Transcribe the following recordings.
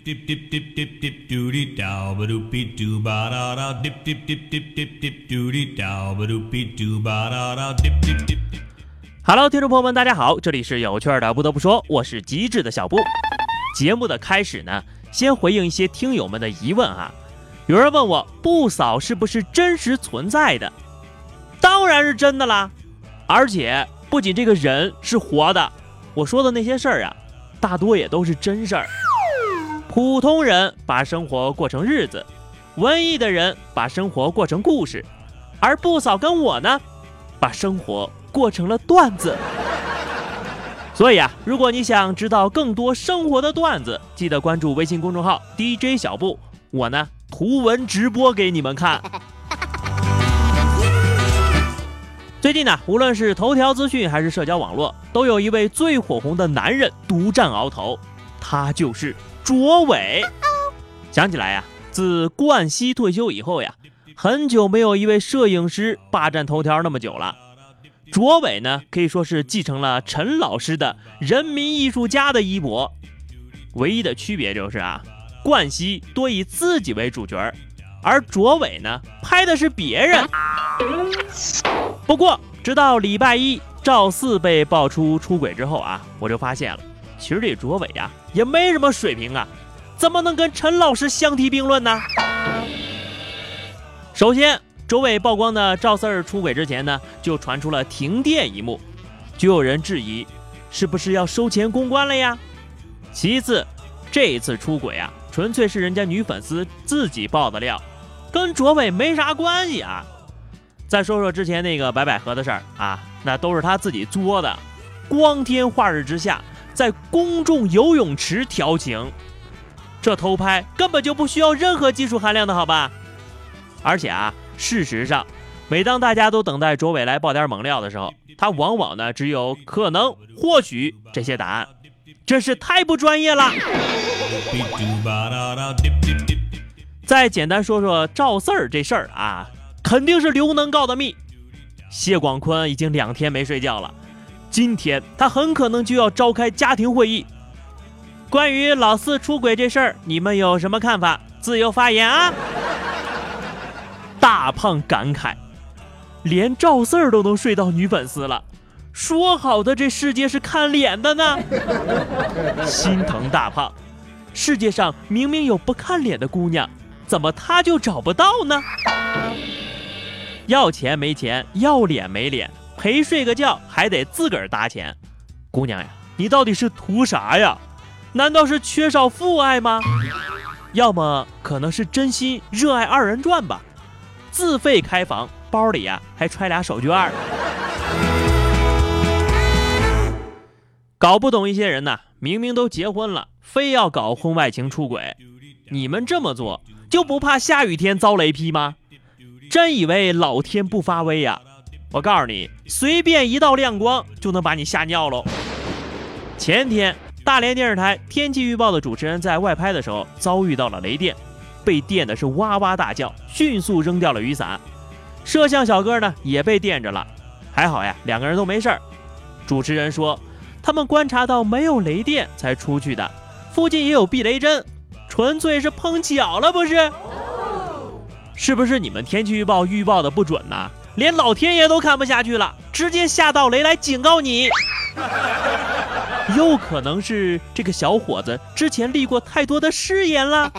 Hello， 听众朋友们，大家好，这里是有趣的不得不说，我是机智的小布。节目的开始呢，先回应一些听友们的疑问啊。有人问我不扫是不是真实存在的？当然是真的啦，而且不仅这个人是活的，我说的那些事儿啊，大多也都是真事儿。普通人把生活过成日子，文艺的人把生活过成故事，而不扫跟我呢，把生活过成了段子。所以啊，如果你想知道更多生活的段子，记得关注微信公众号 DJ 小布，我呢图文直播给你们看。最近呢，无论是头条资讯还是社交网络，都有一位最火红的男人独占鳌头，他就是卓伟。想起来呀，自冠希退休以后呀，很久没有一位摄影师霸占头条那么久了。卓伟呢，可以说是继承了陈老师的人民艺术家的衣钵，唯一的区别就是啊，冠希多以自己为主角，而卓伟呢，拍的是别人。不过直到礼拜一赵四被爆出出轨之后啊，我就发现了，其实这卓伟啊也没什么水平啊，怎么能跟陈老师相提并论呢？首先，卓伟曝光的赵四儿出轨之前呢，就传出了停电一幕，就有人质疑是不是要收钱公关了呀？其次，这一次出轨啊，纯粹是人家女粉丝自己爆的料，跟卓伟没啥关系啊。再说说之前那个白百合的事儿啊，那都是他自己作的，光天化日之下，在公众游泳池调情，这偷拍根本就不需要任何技术含量的好吧？而且啊，事实上，每当大家都等待卓伟来爆点猛料的时候，他往往呢只有可能、或许这些答案，真是太不专业了。再简单说说赵四儿这事儿啊，肯定是刘能告的密。谢广坤已经2天没睡觉了，今天他很可能就要召开家庭会议。关于老四出轨这事儿，你们有什么看法？自由发言啊！大胖感慨，连赵四儿都能睡到女粉丝了，说好的这世界是看脸的呢？心疼大胖，世界上明明有不看脸的姑娘，怎么他就找不到呢？要钱没钱，要脸没脸，陪睡个觉还得自个儿搭钱。姑娘呀，你到底是图啥呀？难道是缺少父爱吗？要么可能是真心热爱2人转吧，自费开房，包里呀还揣俩手绢。搞不懂一些人呐，明明都结婚了，非要搞婚外情出轨，你们这么做就不怕下雨天遭雷劈吗？真以为老天不发威呀？我告诉你，随便一道亮光就能把你吓尿喽。前天大连电视台天气预报的主持人在外拍的时候遭遇到了雷电，被电的是哇哇大叫，迅速扔掉了雨伞。摄像小哥呢也被电着了，还好呀，2个人都没事儿。主持人说他们观察到没有雷电才出去的，附近也有避雷针，纯粹是碰巧了不是？是不是你们天气预报预报的不准呢？连老天爷都看不下去了，直接下道雷来警告你。又可能是这个小伙子之前立过太多的誓言了。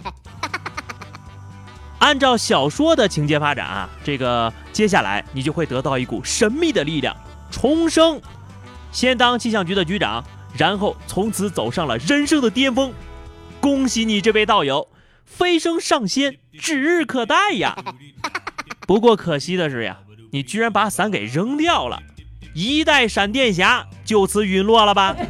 按照小说的情节发展啊，这个接下来你就会得到一股神秘的力量，重生，先当气象局的局长，然后从此走上了人生的巅峰。恭喜你这位道友，飞升上仙，指日可待呀！不过可惜的是呀，你居然把伞给扔掉了，一代闪电侠就此陨落了吧？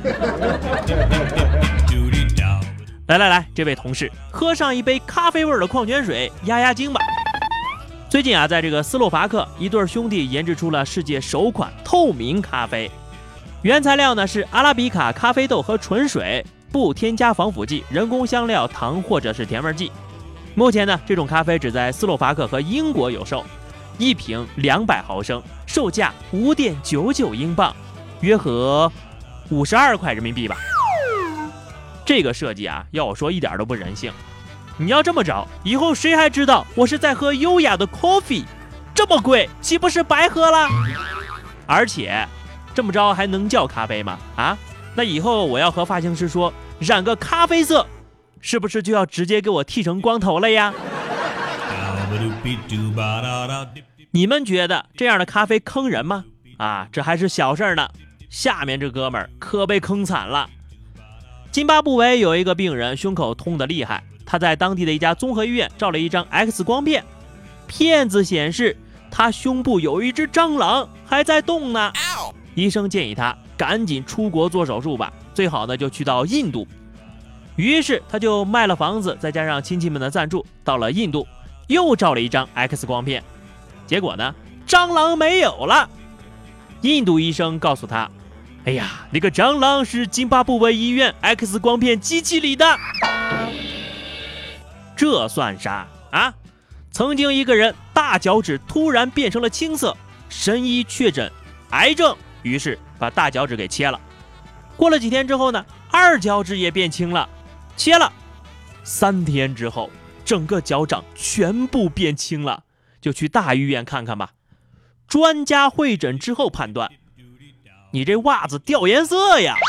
来，这位同事，喝上一杯咖啡味的矿泉水压压惊吧。最近啊，在这个斯洛伐克，一对兄弟研制出了世界首款透明咖啡，原材料呢是阿拉比卡咖啡豆和纯水，不添加防腐剂、人工香料、糖或者是甜味剂。目前呢，这种咖啡只在斯洛伐克和英国有售，一瓶200毫升，售价5.99英镑，约合52块人民币吧。 这个设计啊，要我说一点都不人性。你要这么着，以后谁还知道我是在喝优雅的 coffee？ 这么贵，岂不是白喝了？而且这么着还能叫咖啡吗？啊，那以后我要和发型师说染个咖啡色，是不是就要直接给我剃成光头了呀？你们觉得这样的咖啡坑人吗？啊，这还是小事呢，下面这哥们儿可被坑惨了。津巴布韦有一个病人胸口痛得厉害，他在当地的一家综合医院照了一张 X 光片，片子显示他胸部有一只蟑螂还在动呢。医生建议他赶紧出国做手术吧，最好呢就去到印度。于是他就卖了房子，再加上亲戚们的赞助，到了印度又照了一张 X 光片，结果呢，蟑螂没有了。印度医生告诉他，哎呀，那个蟑螂是津巴布韦医院 X 光片机器里的。这算啥啊？曾经一个人大脚趾突然变成了青色，神医确诊癌症，于是把大脚趾给切了。过了几天之后呢，二脚趾也变青了，切了。3天之后，整个脚掌全部变青了，就去大医院看看吧。专家会诊之后判断，你这袜子掉颜色呀。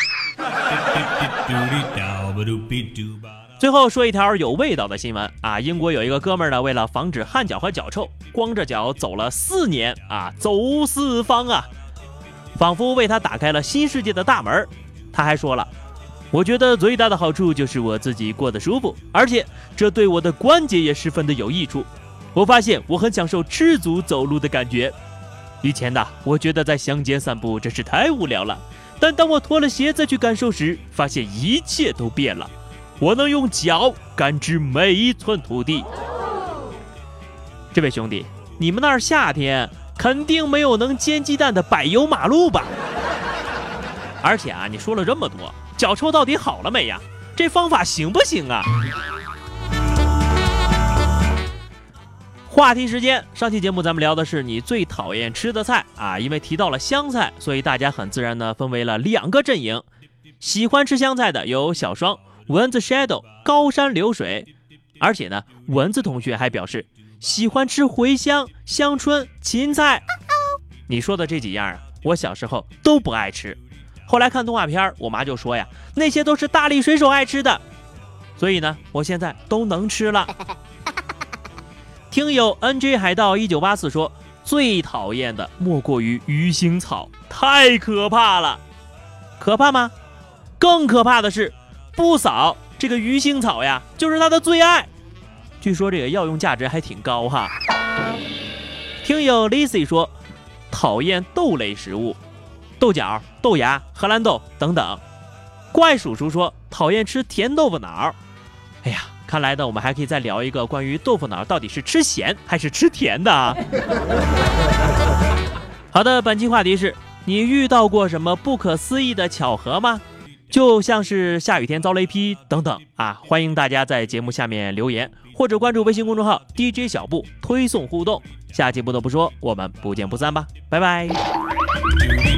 最后说一条有味道的新闻啊，英国有一个哥们儿呢，为了防止汗脚和脚臭，光着脚走了4年啊，走四方啊，仿佛为他打开了新世界的大门。他还说了，我觉得最大的好处就是我自己过得舒服，而且这对我的关节也十分的有益处。我发现我很享受赤足走路的感觉。以前的我觉得在乡间散步真是太无聊了，但当我脱了鞋再去感受时，发现一切都变了。我能用脚感知每一寸土地。这位兄弟，你们那儿夏天肯定没有能煎鸡蛋的柏油马路吧？而且啊，你说了这么多，脚臭到底好了没呀？这方法行不行啊？话题时间，上期节目咱们聊的是你最讨厌吃的菜啊，因为提到了香菜，所以大家很自然的分为了2个阵营。喜欢吃香菜的有小双、蚊子 Shadow、高山流水，而且呢，蚊子同学还表示喜欢吃茴香、香椿、芹菜。你说的这几样啊，我小时候都不爱吃，后来看动画片，我妈就说呀，那些都是大力水手爱吃的，所以呢，我现在都能吃了。听友 NJ 海盗1984说，最讨厌的莫过于鱼腥草，太可怕了。可怕吗？更可怕的是，不扫这个鱼腥草呀，就是他的最爱。据说这个药用价值还挺高哈。听友 Lizzy 说，讨厌豆类食物，豆角、豆芽、荷兰豆等等。怪叔叔说，讨厌吃甜豆腐脑。哎呀，看来呢，我们还可以再聊一个关于豆腐脑到底是吃咸还是吃甜的啊。好的，本期话题是，你遇到过什么不可思议的巧合吗？就像是下雨天遭雷劈等等啊，欢迎大家在节目下面留言，或者关注微信公众号 DJ 小布推送互动。下期不得不说，我们不见不散吧，拜拜。